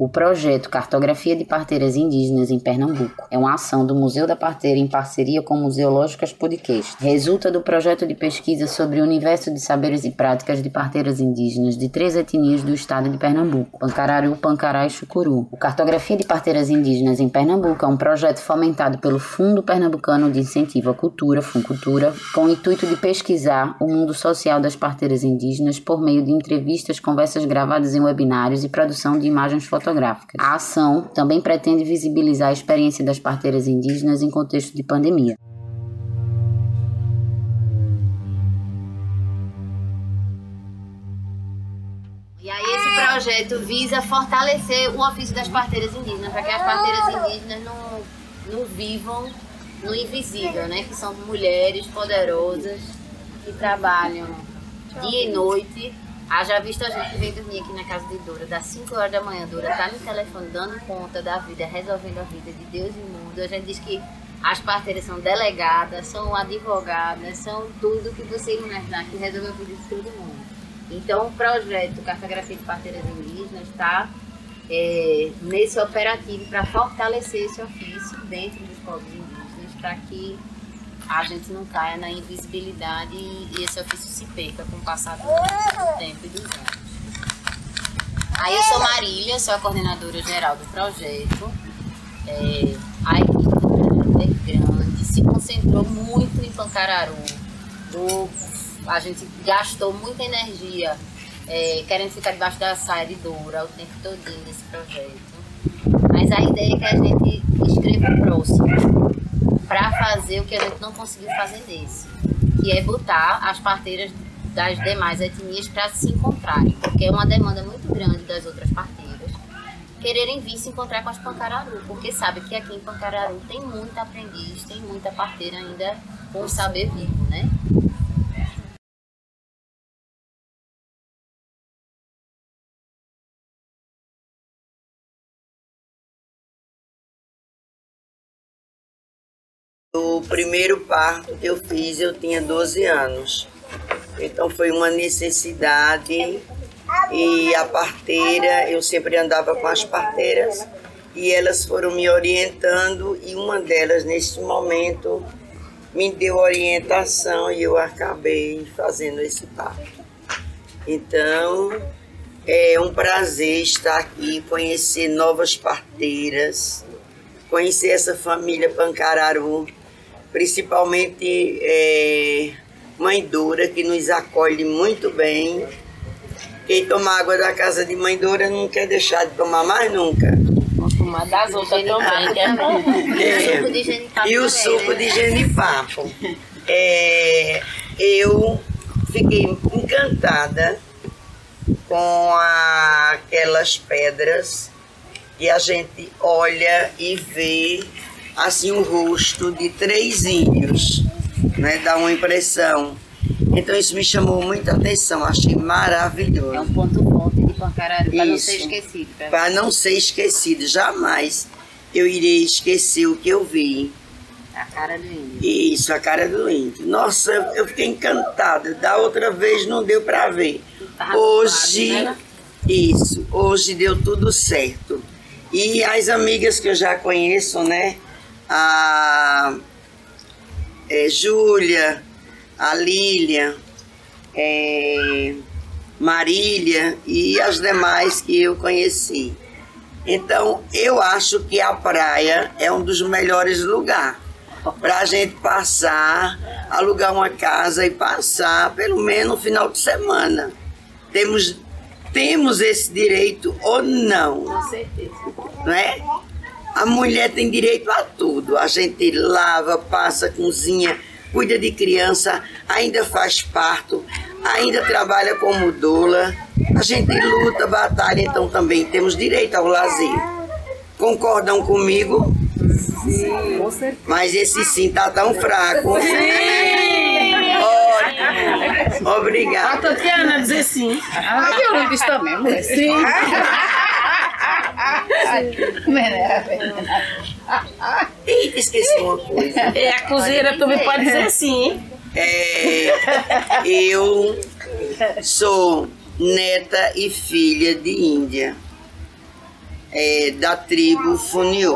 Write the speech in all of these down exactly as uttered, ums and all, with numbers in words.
O projeto Cartografia de Parteiras Indígenas em Pernambuco é uma ação do Museu da Parteira em parceria com o Museológicas Podcast. Resulta do projeto de pesquisa sobre o universo de saberes e práticas de parteiras indígenas de três etnias do estado de Pernambuco: Pancararu, Pancará e Chucuru. O Cartografia de Parteiras Indígenas em Pernambuco é um projeto fomentado pelo Fundo Pernambucano de Incentivo à Cultura, Funcultura, com o intuito de pesquisar o mundo social das parteiras indígenas por meio de entrevistas, conversas gravadas em webinários e produção de imagens fotográficas. A ação também pretende visibilizar a experiência das parteiras indígenas em contexto de pandemia. E aí esse projeto visa fortalecer o ofício das parteiras indígenas, para que as parteiras indígenas não, não vivam no invisível, né? Que são mulheres poderosas que trabalham dia e noite. Haja visto a gente que vem dormir aqui na casa de Dora, das cinco horas da manhã, Dora tá no telefone dando conta da vida, resolvendo a vida de Deus e mundo. A gente diz que as parteiras são delegadas, são advogadas, são tudo que você imaginar que resolve a vida de todo mundo. Então o projeto Cartografia de Parteiras Indígenas está é, nesse operativo para fortalecer esse ofício dentro dos povos indígenas, para que a gente não caia na invisibilidade e esse ofício se perca com o passar do tempo e dos anos. Aí eu sou Marília, sou a coordenadora geral do projeto. É, a equipe é grande, se concentrou muito em Pancararu. O, a gente gastou muita energia é, querendo ficar debaixo da saia de Dora o tempo todinho nesse projeto. Mas a ideia é que a gente escreva o próximo, para fazer o que a gente não conseguiu fazer nesse, que é botar as parteiras das demais etnias para se encontrarem, porque é uma demanda muito grande das outras parteiras quererem vir se encontrar com as Pancararu, porque sabe que aqui em Pancararu tem muita aprendiz, tem muita parteira ainda com o saber vivo, né? O primeiro parto que eu fiz, eu tinha doze anos. Então foi uma necessidade, e a parteira, eu sempre andava com as parteiras e elas foram me orientando, e uma delas nesse momento me deu orientação e eu acabei fazendo esse parto. Então é um prazer estar aqui, conhecer novas parteiras, conhecer essa família Pancararu, principalmente é, Mãe Dora, que nos acolhe muito bem. Quem toma água da casa de Mãe Dora não quer deixar de tomar mais nunca. Vamos tomar das outras também, que é bom. É. E o suco de genipapo. É, eu fiquei encantada com a, aquelas pedras que a gente olha e vê assim o rosto de três índios, né? Dá uma impressão. Então isso me chamou muita atenção, achei maravilhoso. É um ponto forte de Pancararu, para não ser esquecido. Para não ser esquecido, jamais eu irei esquecer o que eu vi. A cara do índio. Isso, a cara do índio. Nossa, eu fiquei encantada. Da outra vez não deu para ver. Hoje, né? Isso, hoje deu tudo certo. E as amigas que eu já conheço, né? A é, Júlia, a Lília, é, Marília e as demais que eu conheci. Então, eu acho que a praia é um dos melhores lugares para a gente passar, alugar uma casa e passar pelo menos no final de semana. Temos, temos esse direito ou não? Com certeza. Não é? A mulher tem direito a tudo. A gente lava, passa, cozinha, cuida de criança, ainda faz parto, ainda trabalha como doula. A gente luta, batalha, então também temos direito ao lazer. Concordam comigo? Sim, com certeza. Mas esse sim tá tão fraco. Sim! Ótimo. Obrigada. A Tatiana dizer sim. Ah, eu não disse também, mulher. Sim. Eita, esqueci uma coisa. É, a cozinheira também pode dizer sim. É, eu sou neta e filha de Índia. é, da tribo Funiô.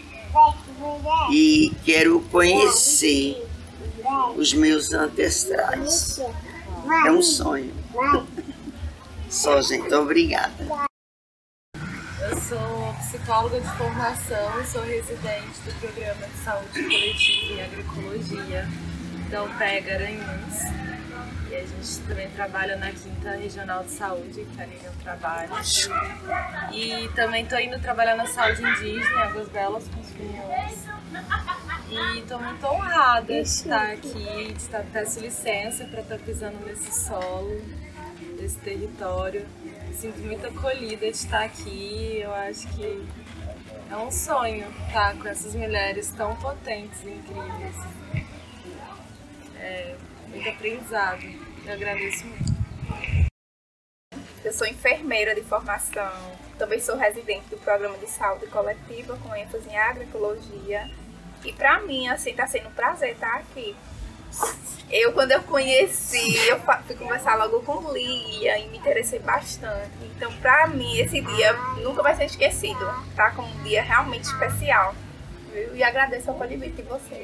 E quero conhecer os meus ancestrais. É um sonho. Só, gente, obrigada. Eu sou psicóloga de formação, sou residente do Programa de Saúde Coletiva em Agroecologia da U P E Garanhuns. E a gente também trabalha na Quinta Regional de Saúde, que ali eu trabalho. E também estou indo trabalhar na saúde indígena, em Águas Belas, com os Funiôs. E estou muito honrada de estar aqui, de estar, peço licença para estar pisando nesse solo, nesse território. Sinto muito acolhida de estar aqui, eu acho que é um sonho estar com essas mulheres tão potentes e incríveis. É muito aprendizado, eu agradeço muito. Eu sou enfermeira de formação, também sou residente do Programa de Saúde Coletiva com ênfase em agroecologia. E para mim, assim, tá sendo um prazer estar aqui. Eu, quando eu conheci, eu fui conversar logo com Lília e me interessei bastante. Então, para mim, esse dia nunca vai ser esquecido. Tá como um dia realmente especial. Viu? E agradeço o acolhimento de vocês.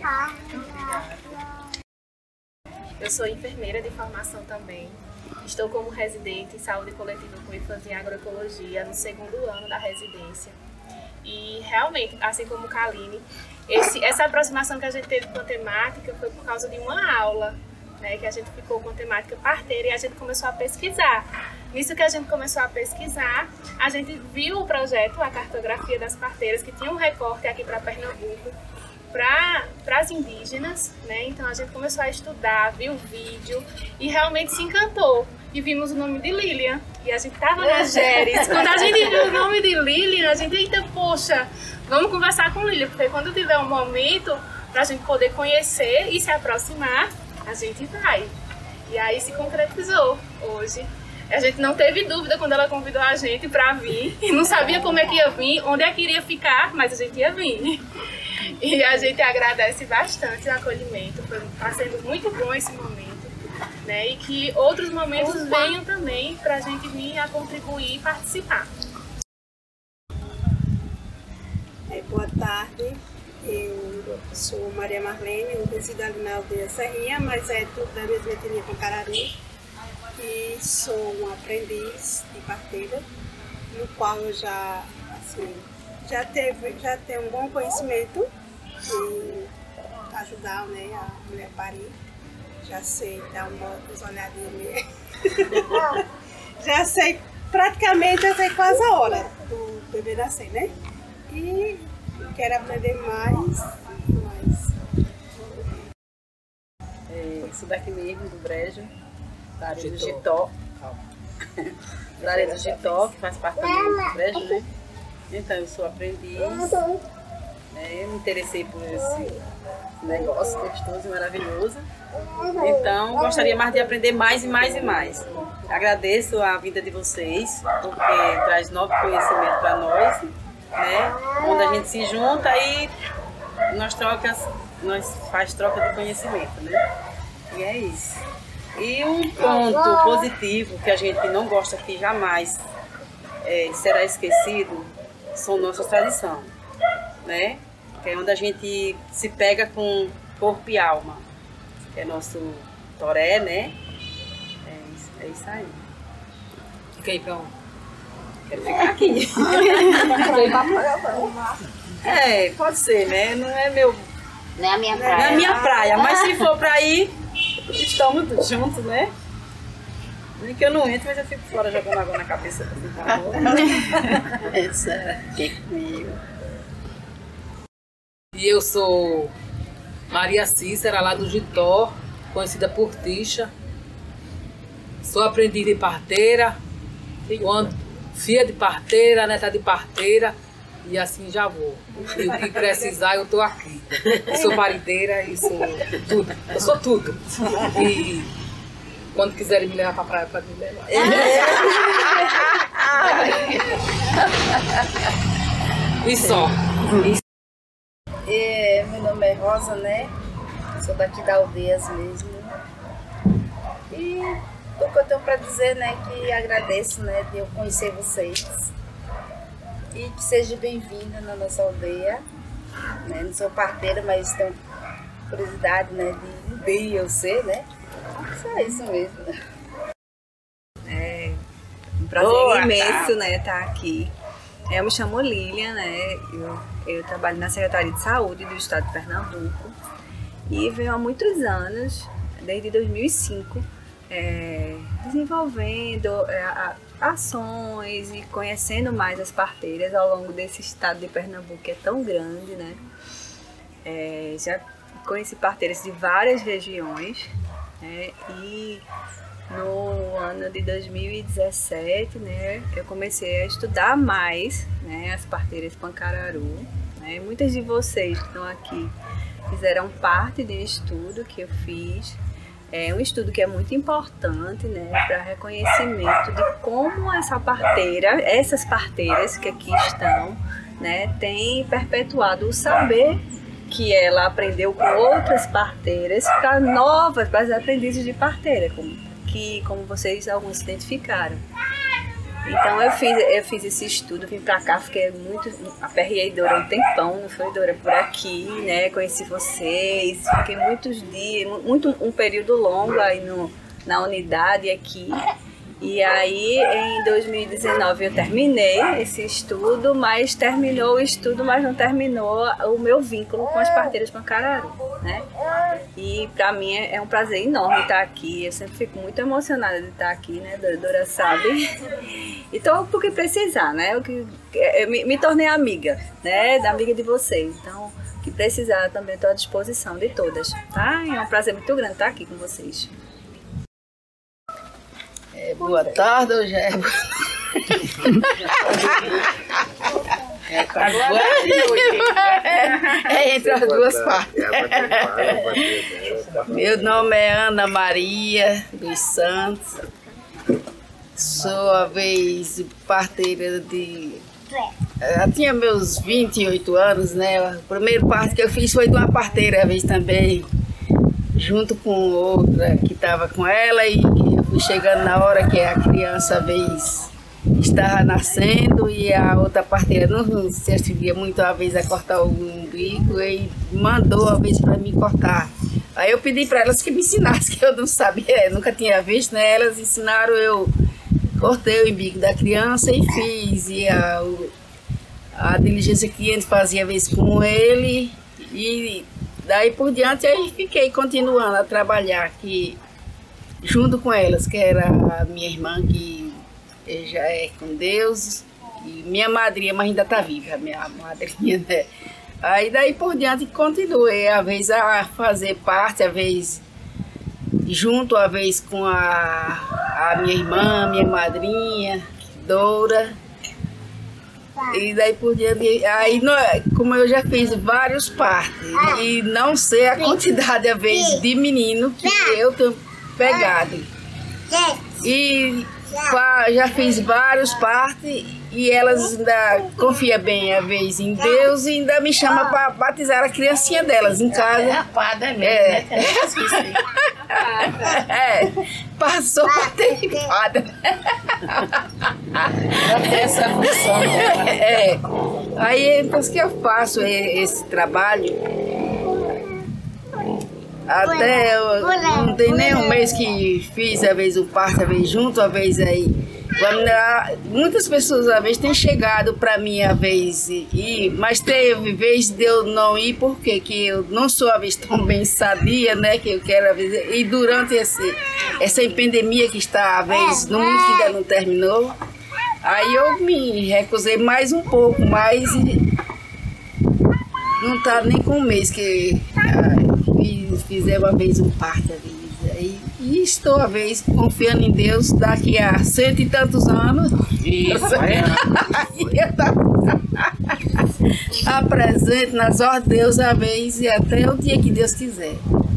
Eu sou enfermeira de formação também. Estou como residente em saúde coletiva com ênfase em agroecologia no segundo ano da residência. E realmente, assim como Kaline, esse, essa aproximação que a gente teve com a temática foi por causa de uma aula, né, que a gente ficou com a temática parteira e a gente começou a pesquisar. Nisso que a gente começou a pesquisar, a gente viu o projeto, a cartografia das parteiras, que tinha um recorte aqui para Pernambuco, para as indígenas, né? Então a gente começou a estudar, viu o vídeo e realmente se encantou. E vimos o nome de Lilian. E a gente tava na Geres. Quando a gente viu o nome de Lilian, a gente, eita, poxa, vamos conversar com Lilian, porque quando tiver um momento para a gente poder conhecer e se aproximar, a gente vai. E aí se concretizou hoje. A gente não teve dúvida quando ela convidou a gente para vir. E não sabia como é que ia vir, onde é que iria ficar, mas a gente ia vir. E a gente agradece bastante o acolhimento. Está sendo muito bom esse momento. Né? E que outros momentos venham também para a gente vir a contribuir e participar. É, boa tarde, eu sou Maria Marlene, eu resido ali na aldeia Serrinha, mas é tudo da mesma etnia com Carari. E sou uma aprendiz de parteira, no qual eu já, assim, já, teve, já tenho um bom conhecimento em ajudar, né, a mulher a parir. Já sei dar umas olhadinhas mesmo. Já sei, praticamente, já sei quase a hora do bebê nascer, né? E quero aprender mais. mais. É, sou daqui mesmo, do Brejo, da área do Gitó. Da área do Gitó, que faz parte também do Brejo, né? Então, eu sou aprendiz. Né? Eu me interessei por esse negócio gostoso e maravilhoso. Então, gostaria mais de aprender mais e mais e mais. Agradeço a vinda de vocês, porque traz novo conhecimento para nós, né? Onde a gente se junta e nós, trocas, nós faz troca de conhecimento, né? E é isso. E um ponto positivo que a gente não gosta que jamais é, será esquecido são nossas tradições, né? Que é onde a gente se pega com corpo e alma. Que é nosso toré, né? É isso, é isso aí. Fica aí pra onde? Quero ficar aqui. É, pode ser, né? Não é meu... Não é a minha praia. Não é a minha praia, mas se for pra ir, estamos juntos, né? Nem que eu não entro, mas eu fico fora jogando água na cabeça. Isso é comigo. E eu sou Maria Cícera, lá do Gitó, conhecida por Ticha. Sou aprendiz de parteira, filha de parteira, neta de parteira, e assim já vou. E o que precisar, eu tô aqui. Eu sou pariteira e sou tudo. Eu sou tudo. E quando quiserem me levar pra praia, pode me levar. E só. É, meu nome é Rosa, né? Sou daqui da Aldeias mesmo. E o que eu tenho para dizer, né, que agradeço, né, de eu conhecer vocês. e que seja bem-vinda na nossa aldeia. Né? Não sou parteira, mas tenho curiosidade, né, de um dia eu ser, né? Só isso mesmo. É um prazer Boa, imenso, tá. né, estar aqui. Eu me chamo Lilian, né? Eu, eu trabalho na Secretaria de Saúde do Estado de Pernambuco e venho há muitos anos, desde dois mil e cinco, é, desenvolvendo é, ações e conhecendo mais as parteiras ao longo desse estado de Pernambuco, que é tão grande, né? É, já conheci parteiras de várias regiões, né? E no ano de dois mil e dezessete, né, eu comecei a estudar mais, né, as parteiras Pancararu. Né? Muitas de vocês que estão aqui fizeram parte de um estudo que eu fiz. É um estudo que é muito importante, né, para reconhecimento de como essa parteira, essas parteiras que aqui estão, né, têm perpetuado o saber que ela aprendeu com outras parteiras para novas, para as aprendizes de parteira, como que, como vocês alguns se identificaram. Então eu fiz, eu fiz esse estudo, vim pra cá, fiquei muito, aperreei Dora um tempão, não foi Dora por aqui, né, conheci vocês, fiquei muitos dias, muito, um período longo aí no, na unidade aqui. E aí em dois mil e dezenove eu terminei esse estudo, mas terminou o estudo, mas não terminou o meu vínculo com as parteiras Pancararu, né? E para mim é um prazer enorme estar aqui, eu sempre fico muito emocionada de estar aqui, né? A Dora sabe. Então, por que precisar, né? Eu, que, eu me, me tornei amiga, né? Da amiga de vocês. Então, o que precisar também estou à disposição de todas, tá? É um prazer muito grande estar aqui com vocês. É, boa tarde, hoje é. É, é entre as duas partes. Meu nome é Ana Maria dos Santos. Sou a vez parteira de. Eu tinha meus vinte e oito anos, né? O primeiro parto que eu fiz foi de uma parteira, a vez também, junto com outra que estava com ela, e eu fui chegando na hora que a criança, a vez, estava nascendo, e a outra parteira não se atrevia muito a vez a cortar o umbigo e mandou a vez para mim cortar. Aí eu pedi para elas que me ensinassem, que eu não sabia, nunca tinha visto, né? Elas ensinaram, eu cortei o umbigo da criança e fiz, e a, a diligência que a gente fazia a vez com ele, e daí por diante aí fiquei continuando a trabalhar aqui junto com elas, que era a minha irmã, que já é com Deus, e minha madrinha, mas ainda está viva, a minha madrinha, né? Aí daí por diante continuei, a vez a fazer parte, a vez junto, a vez com a, a minha irmã, minha madrinha, Dora. E daí por diante, aí como eu já fiz vários partos e não sei a quantidade a vez de menino que eu tenho pegado. E já fiz vários partos e elas ainda confiam bem a vez em Deus e ainda me chamam para batizar a criancinha delas em casa. É a pada mesmo, é. Né? É, passou a ter pada. Essa função. É. Aí depois que eu faço esse trabalho, até eu não tem nem um mês que fiz a vez o parto, a vez junto, a vez aí. Muitas pessoas a vez têm chegado para mim a vez ir, mas teve vez de eu não ir porque que eu não sou a vez tão bem sadia, né, que eu quero a vez, e durante esse, essa pandemia que está a vez no mundo que ainda não terminou, aí eu me recusei mais um pouco, mas não está nem com um mês que fizemos a vez um parto a vez aí. E estou, a vez, confiando em Deus, daqui a cento e tantos anos. Isso, é. Apresente nas ordens de Deus a vez e até o dia que Deus quiser.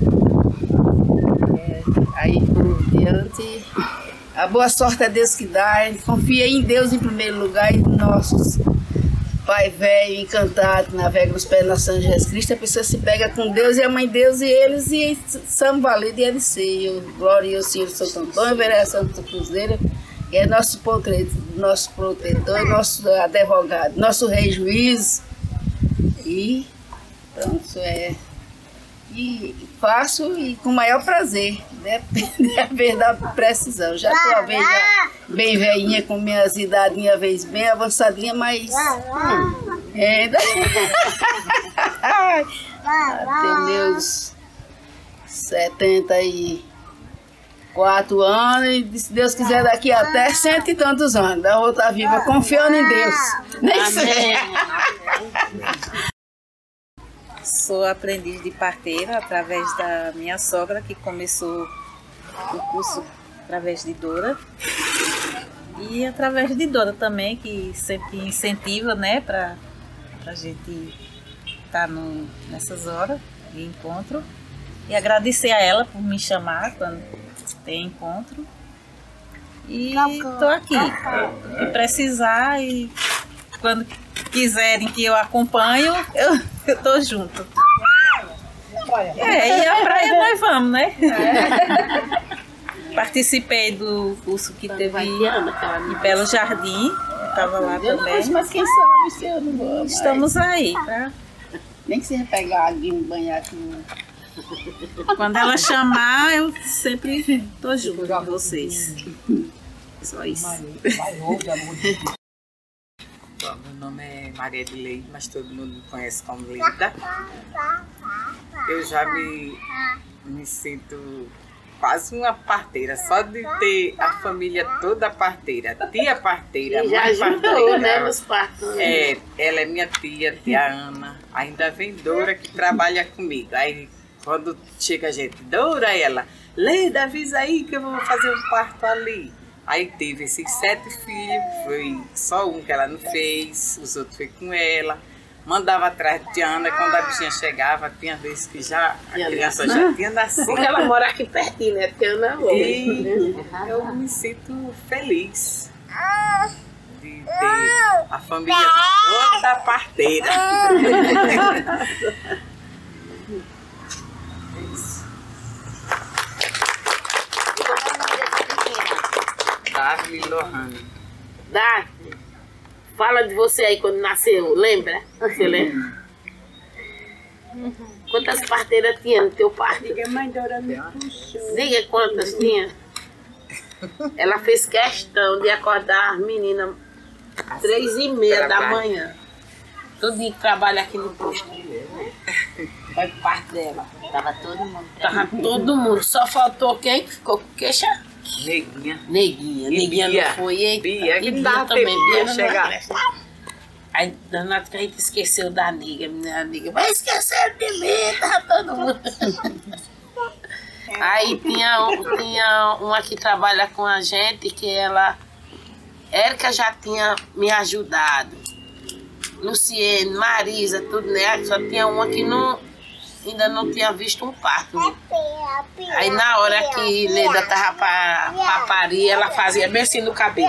É, aí por diante, a boa sorte é Deus que dá. A gente confia em Deus em primeiro lugar e nossos Pai velho, encantado, que navega nos pés da São Jesus Cristo, a pessoa se pega com Deus e a Mãe Deus e eles, e São Valido e L C, glória ao Senhor Santo Antônio, vereação do Cruzeiro, que é nosso protetor, nosso protetor, nosso advogado, nosso rei juiz. E pronto, é. E faço e com o maior prazer, depende da precisão. Já estou a ver já bem velhinha, com minhas idadinhas, vez bem avançadinha, mas hum, ainda tenho meus setenta e quatro anos e, se Deus quiser, daqui até cento e tantos anos. Eu vou estar viva, confiando em Deus. Nem sei. Sou aprendiz de parteira através da minha sogra, que começou o curso através de Dora. E através de Dora também, que sempre incentiva, né, para a gente estar no, nessas horas de encontro. E agradecer a ela por me chamar quando tem encontro. E estou aqui, se precisar e quando quiserem que eu acompanho, eu estou junto. É, e a praia nós vamos, né? É. Participei do curso que teve em Belo Jardim, estava lá também. Mas quem sabe se eu não vou. Estamos aí, tá? Nem que seja pegar água e banhar aqui. Quando ela chamar, eu sempre estou junto com vocês. Só isso. Bom, meu nome é Maria de Leite, mas todo mundo me conhece como Lida. Eu já me, me sinto quase uma parteira, só de ter a família toda parteira, tia parteira, e mãe já parteira. juntou, né, nos partos. É, ela é minha tia, tia Ana, ainda vem Dora que trabalha comigo. Aí quando chega a gente, Dora, ela, Leda, avisa aí que eu vou fazer um parto ali. Aí teve esses sete filhos, foi só um que ela não fez, os outros foi com ela. Mandava atrás de Ana, quando a bichinha chegava, tinha vezes que já a criança já tinha nascido. Porque ela mora aqui pertinho, né? Porque Ana é longe. E eu me sinto feliz de ter a família toda parteira. Davi Lohane. Davi, fala de você aí quando nasceu, lembra? Você lembra? Quantas parteiras tinha no teu parto? Diga, mãe Dora me puxou. Diga quantas tinha. Ela fez questão de acordar as meninas às três e meia da manhã. Todo dia que trabalha aqui no posto. Foi parte dela. Tava todo mundo. Tava todo mundo. Só faltou quem que ficou com queixa? Neguinha. Neguinha. Neguinha Bia. não foi. Eita, Bia, que e dá Bia também. Bia Bia chegar. Aí, danado que a gente esqueceu da nega. Minha amiga, vai esquecer de mim, tá todo mundo. Aí tinha, tinha uma que trabalha com a gente, que ela... Érica já tinha me ajudado. Luciene, Marisa, tudo, né? Só tinha uma que não, ainda não tinha visto um parto. Né? Aí na hora que Leda tava pra, pra parir, ela fazia bem assim no cabelo.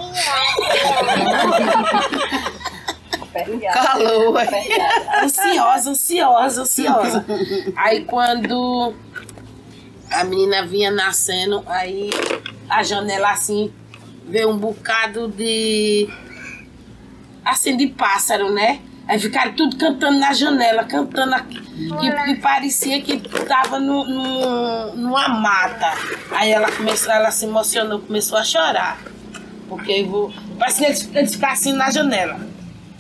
Calor. Ansiosa, ansiosa, ansiosa. Aí quando a menina vinha nascendo, aí a janela assim, veio um bocado de... assim, de pássaro, né? Aí ficaram tudo cantando na janela, cantando aqui, que, que parecia que tava no, no, numa mata. Aí ela começou, ela se emocionou, começou a chorar. Porque eu vou... parecia que eles, eles ficaram assim na janela.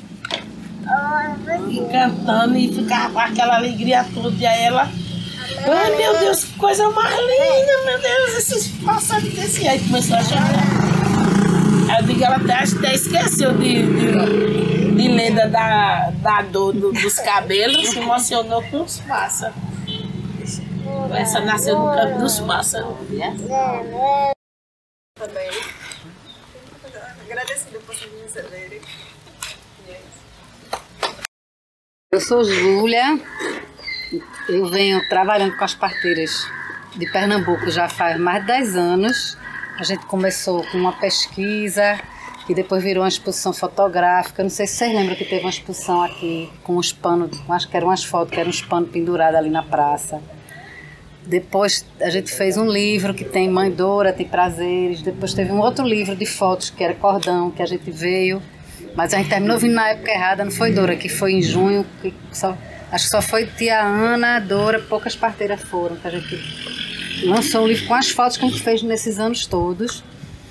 E cantando e ficava com aquela alegria toda. E aí ela... ai, meu Deus, que coisa mais linda, meu Deus, esses pássaros desse... Aí começou a chorar. Aí eu digo, ela até, até esqueceu de, de, de Leda da, da dor do, dos cabelos, se emocionou com os pássaros. Essa nasceu no campo dos pássaros. Também. Agradecida por vocês me receberem. Eu sou Júlia, eu venho trabalhando com as parteiras de Pernambuco já faz mais de dez anos. A gente começou com uma pesquisa, que depois virou uma exposição fotográfica. Não sei se vocês lembram que teve uma exposição aqui com uns panos, acho que eram umas fotos, que eram uns panos pendurados ali na praça. depois a gente fez um livro que tem Mãe Dora, tem Prazeres. Depois teve um outro livro de fotos que era Cordão, que a gente veio. Mas a gente terminou vindo na época errada, não foi Dora, que foi em junho. Que só, acho que só foi Tia Ana, Dora, poucas parteiras foram. Que a gente lançou o livro com as fotos que a gente fez nesses anos todos.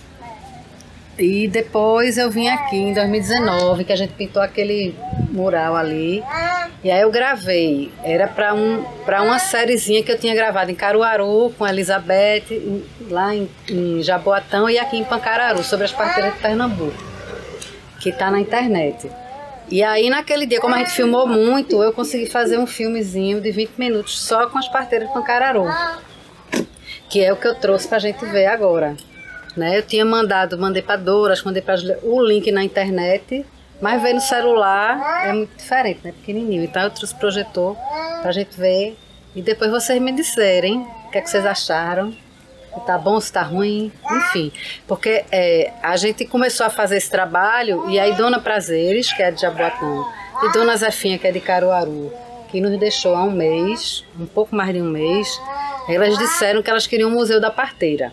E depois eu vim aqui em dois mil e dezenove, que a gente pintou aquele mural ali. E aí eu gravei. Era para um, para uma sériezinha que eu tinha gravado em Caruaru, com a Elizabeth, em, lá em, em Jaboatão e aqui em Pancararu, sobre as parteiras de Pernambuco, que está na internet. E aí naquele dia, como a gente filmou muito, eu consegui fazer um filmezinho de vinte minutos só com as parteiras de Pancararu, que é o que eu trouxe para a gente ver agora. Né? Eu tinha mandado, mandei para Dora, mandei para o link na internet, mas ver no celular é muito diferente, né? Pequenininho. Então eu trouxe o projetor para a gente ver e depois vocês me disserem o que é que vocês acharam, se tá bom, se tá ruim, enfim. Porque é, a gente começou a fazer esse trabalho e aí Dona Prazeres, que é de Jaboatão, e Dona Zefinha, que é de Caruaru, que nos deixou há um mês, um pouco mais de um mês, elas disseram que elas queriam um museu da parteira.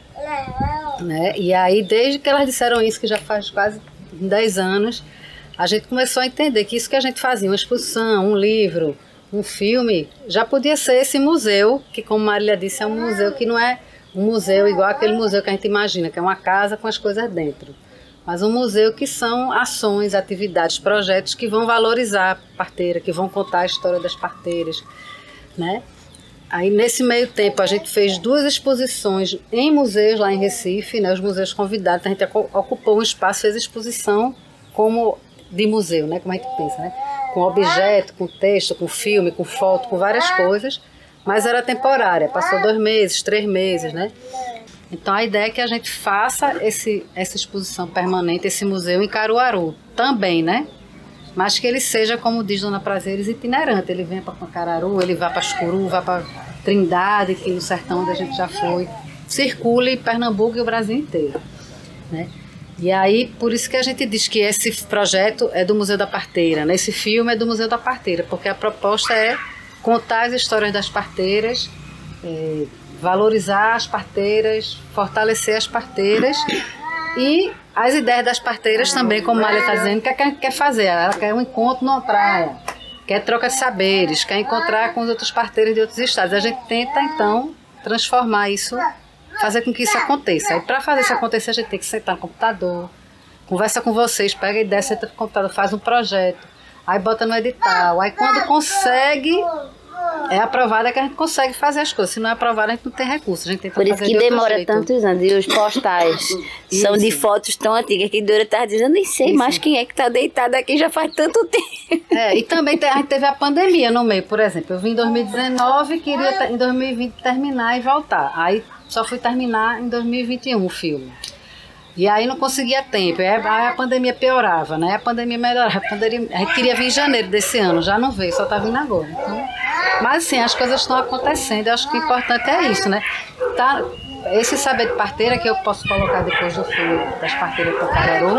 Né? E aí, desde que elas disseram isso, que já faz quase dez anos, a gente começou a entender que isso que a gente fazia, uma exposição, um livro, um filme, já podia ser esse museu, que como Marília disse, é um museu que não é um museu igual aquele museu que a gente imagina, que é uma casa com as coisas dentro. Mas um museu que são ações, atividades, projetos que vão valorizar a parteira, que vão contar a história das parteiras, né? Aí, nesse meio tempo, a gente fez duas exposições em museus lá em Recife, né, os museus convidados. A gente ocupou um espaço, fez exposição como de museu, né, como a gente pensa, né, com objeto, com texto, com filme, com foto, com várias coisas, mas era temporária, passou dois meses, três meses, né. Então, a ideia é que a gente faça esse, essa exposição permanente, esse museu em Caruaru também, né, mas que ele seja, como diz Dona Prazeres, itinerante. Ele vem para Pancararu, ele vai para Escuru, vai para Trindade, que no sertão onde a gente já foi, circule Pernambuco e o Brasil inteiro, né? E aí, por isso que a gente diz que esse projeto é do Museu da Parteira, né? Esse filme é do Museu da Parteira, porque a proposta é contar as histórias das parteiras, é, valorizar as parteiras, fortalecer as parteiras e as ideias das parteiras também, como a Mália está dizendo, que é que a gente quer fazer. Ela quer um encontro numa praia, quer troca de saberes, quer encontrar com os outros parteiros de outros estados. A gente tenta, então, transformar isso, fazer com que isso aconteça. E para fazer isso acontecer, a gente tem que sentar no computador, conversa com vocês, pega a ideia, senta no computador, faz um projeto, aí bota no edital. Aí quando consegue, é aprovado, é que a gente consegue fazer as coisas. Se não é aprovado, a gente não tem recurso. A gente tenta Por isso fazer que de outro demora jeito. tantos anos. E os postais são de fotos tão antigas que Dora tá dizendo, eu nem sei Isso. mais quem é que tá deitado aqui já faz tanto tempo. É, e também te- a gente teve a pandemia no meio, por exemplo. Eu vim em dois mil e dezenove e queria te- em dois mil e vinte terminar e voltar. Aí só fui terminar em dois mil e vinte e um o filme. E aí não conseguia tempo. Aí aí a pandemia piorava, né? A pandemia melhorava. A, pandemia, a gente queria vir em janeiro desse ano, já não veio, só tá vindo agora. Então, mas assim, as coisas estão acontecendo. Eu acho que o importante é isso, né? Tá, esse saber de parteira que eu posso colocar depois do filme das parteiras de Pancararu,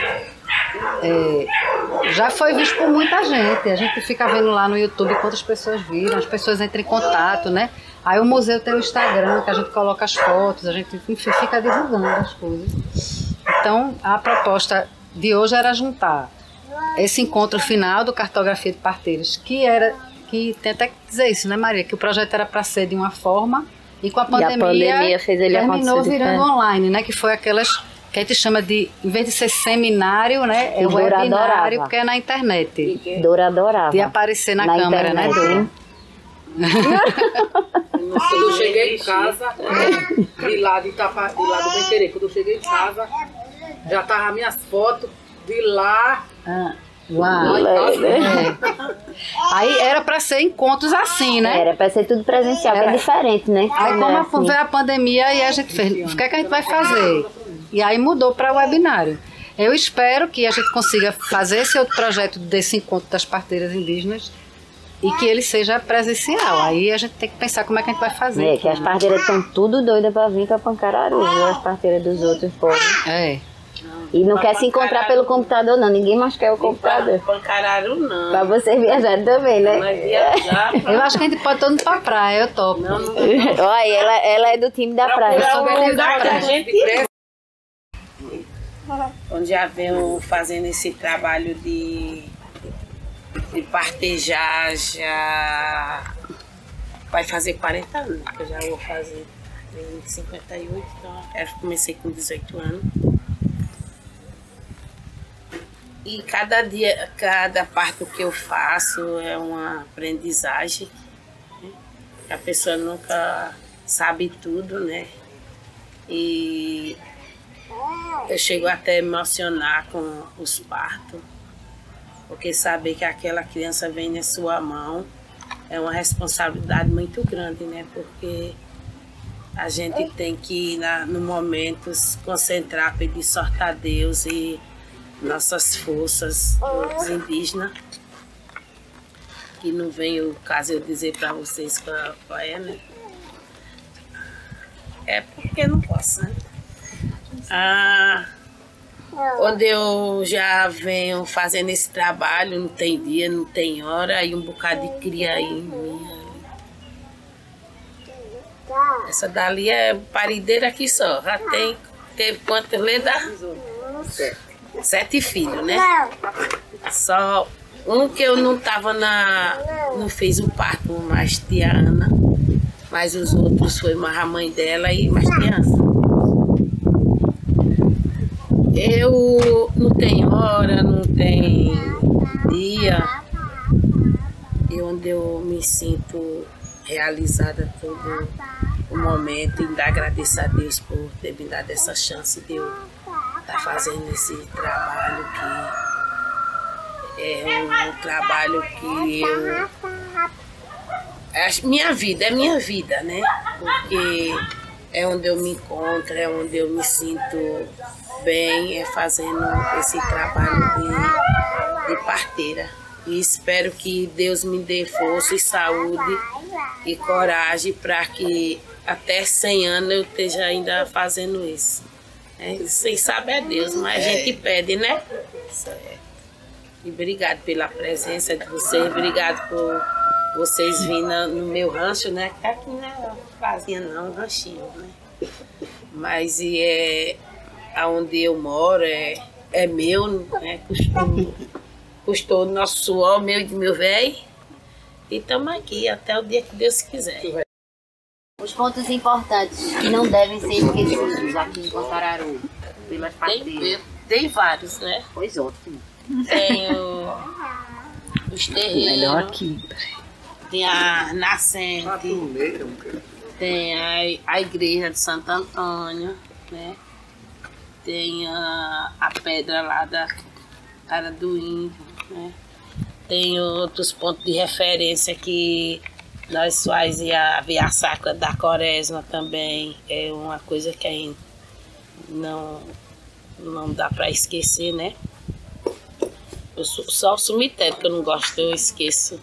é, já foi visto por muita gente. A gente fica vendo lá no YouTube quantas pessoas viram, as pessoas entram em contato, né? Aí o museu tem o Instagram, que a gente coloca as fotos, a gente, enfim, fica divulgando as coisas. Então, a proposta de hoje era juntar esse encontro final do Cartografia de Parteiras, que era, que tem até que dizer isso, né, Maria? Que o projeto era para ser de uma forma e com a pandemia, E a pandemia fez ele terminou acontecer virando diferente. online, né? Que foi aquelas que a gente chama de, em vez de ser seminário, né? É Que Dora webinário, adorava. porque é na internet. Dora adorava. De aparecer na, Na câmera, né, internet. Dora? Quando eu cheguei em casa, de lá de Itapa, de lá do Bem Querer, quando eu cheguei em casa, já tava minhas fotos de lá. Ah, uau. Lá em casa. É. Aí era para ser encontros assim, né? Era para ser tudo presencial, que é diferente, né? Aí Não como é a- assim. veio a pandemia, aí a gente fez, o que é que a gente vai fazer? E aí mudou para o webinário. Eu espero que a gente consiga fazer esse outro projeto desse encontro das parteiras indígenas e que ele seja presencial. Aí a gente tem que pensar como é que a gente vai fazer. É, que as parteiras estão tudo doidas para vir para Pancararu, viu? As parteiras dos outros povos. É. E não quer se encontrar pelo computador, não. Ninguém mais quer o computador. Pancararu, não. Pra você viajar também, né? Vai viajar. Eu acho que a gente pode todo mundo pra praia, eu topo. Não, não, não. Olha, ela, ela é do time da praia. Eu sou do time da praia. Gente... Onde já venho fazendo esse trabalho de, de partejar, já vai fazer quarenta anos, que eu já vou fazer em cinquenta e oito, então eu comecei com dezoito anos. E cada dia, cada parto que eu faço é uma aprendizagem, né? A pessoa nunca sabe tudo, né? E eu chego até a emocionar com os partos, porque saber que aquela criança vem na sua mão é uma responsabilidade muito grande, né? Porque a gente tem que, na, no momento, se concentrar, pedir sorte a Deus e nossas forças dos indígenas. Que não vem o caso eu dizer para vocês qual é, né? É porque não posso, né? Ah, onde eu já venho fazendo esse trabalho, não tem dia, não tem hora, e um bocado de cria aí em mim. Essa dali é parideira aqui só, já tem, teve quantos leda? Sete. Sete filhos, né? Só um que eu não tava na, não fez o parto, mais tia Ana, mas os outros foi mais a mãe dela e mais tia Ana. Eu não tenho hora, não tem dia, e onde eu me sinto realizada todo o momento, e ainda agradeço a Deus por ter me dado essa chance de eu estar fazendo esse trabalho, que é um trabalho que eu... É minha vida, é minha vida, né? Porque é onde eu me encontro, é onde eu me sinto bem, é fazendo esse trabalho de, de parteira. E espero que Deus me dê força e saúde e coragem para que até cem anos eu esteja ainda fazendo isso. É, sem saber é Deus, mas a gente pede, né? E obrigado pela presença de vocês, obrigado por vocês virem no meu rancho, né? Que aqui não é casinha não, um ranchinho, né? Mas e é aonde eu moro, é, é meu, né? Custou, custou o nosso suor, meu e do meu velho. E estamos aqui até o dia que Deus quiser. Os pontos importantes que não devem ser esquecidos aqui em Pancararu, pelas parteiras. Tem, tem vários, né? Pois ótimo. Tem o, os terreiros. Melhor aqui. Tem a nascente. Tem a, a igreja de Santo Antônio, né? Tem a, a pedra lá da cara do índio, né? Tem outros pontos de referência que nós fazemos, a Via Sacra da Quaresma também é uma coisa que a gente não, não dá para esquecer, né? Eu sou, só o cemitério que eu não gosto, eu esqueço.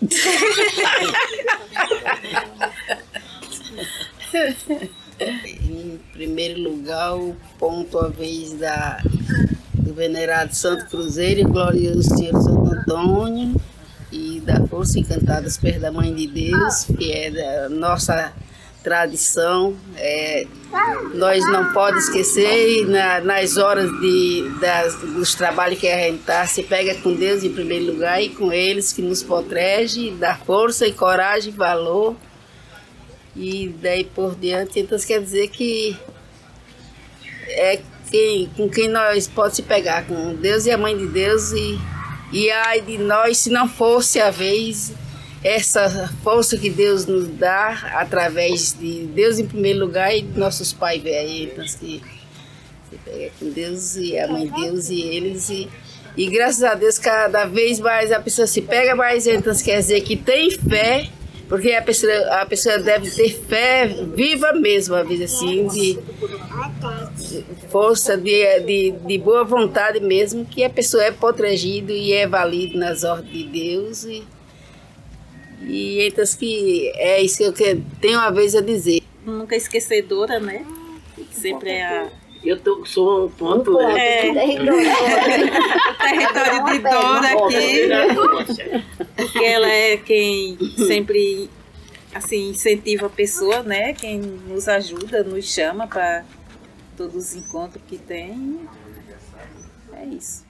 Em primeiro lugar, o ponto a vez da, do venerado Santo Cruzeiro e glorioso Senhor Santo Antônio, e da Força Encantadas perto da Mãe de Deus, que é da nossa tradição. É, nós não podemos esquecer, na, nas horas de, das, dos trabalhos que a gente está, se pega com Deus em primeiro lugar e com eles que nos protege, dá força e coragem e valor. E daí por diante, então quer dizer que é quem, com quem nós podemos se pegar, com Deus e a Mãe de Deus. E E ai de nós, se não fosse a vez, essa força que Deus nos dá, através de Deus em primeiro lugar e de nossos pais velhos. Então, se você pega com Deus e a Mãe de Deus e eles. E, e graças a Deus, cada vez mais a pessoa se pega mais, então quer dizer que tem fé, porque a pessoa, a pessoa deve ter fé viva mesmo, a vida assim, de força, de, de, de boa vontade mesmo, que a pessoa é protegida e é válida nas ordens de Deus. E, e então que é isso que eu tenho uma vez a dizer. Nunca esquecedora, né? Sempre é a Eu tô, sou um ponto, um ponto né? é. Território de Dora aqui, porque ela é quem sempre assim, incentiva a pessoa, né? Quem nos ajuda, nos chama para todos os encontros que tem. É isso.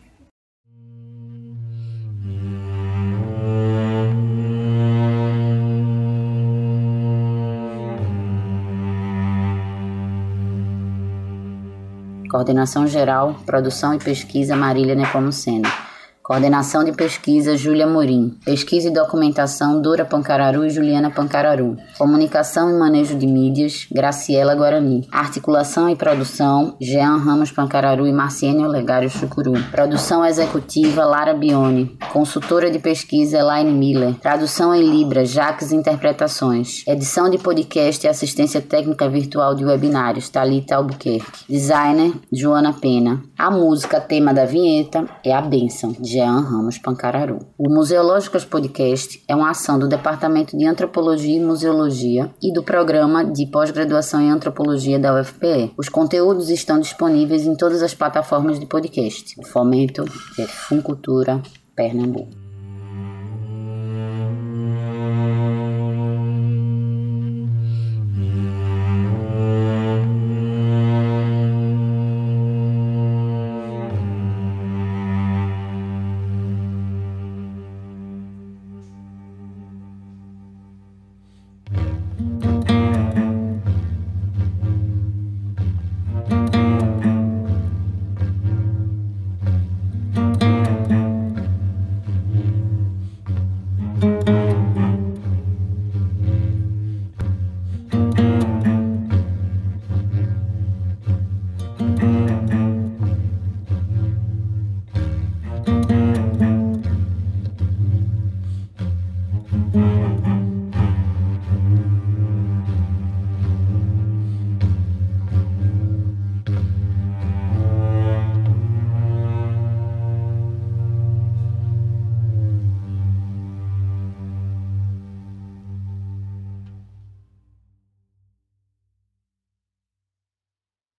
Coordenação Geral, Produção e Pesquisa, Marília Nepomuceno. Coordenação de Pesquisa, Júlia Morim. Pesquisa e Documentação, Dora Pancararu e Juliana Pancararu. Comunicação e Manejo de Mídias, Graciela Guarani. Articulação e Produção, Jean Ramos Pancararu e Marciene Olegário Chucuru. Produção Executiva, Lara Bione. Consultora de Pesquisa, Elaine Miller. Tradução em Libras, Jaques Interpretações. Edição de Podcast e Assistência Técnica Virtual de Webinários, Thalita Albuquerque. Designer, Joana Pena. A música, tema da vinheta, é A Bênção, Jean Ramos Pancararu. O Museológicas Podcast é uma ação do Departamento de Antropologia e Museologia e do Programa de Pós-Graduação em Antropologia da U F P E. Os conteúdos estão disponíveis em todas as plataformas de podcast. O fomento é Funcultura Pernambuco.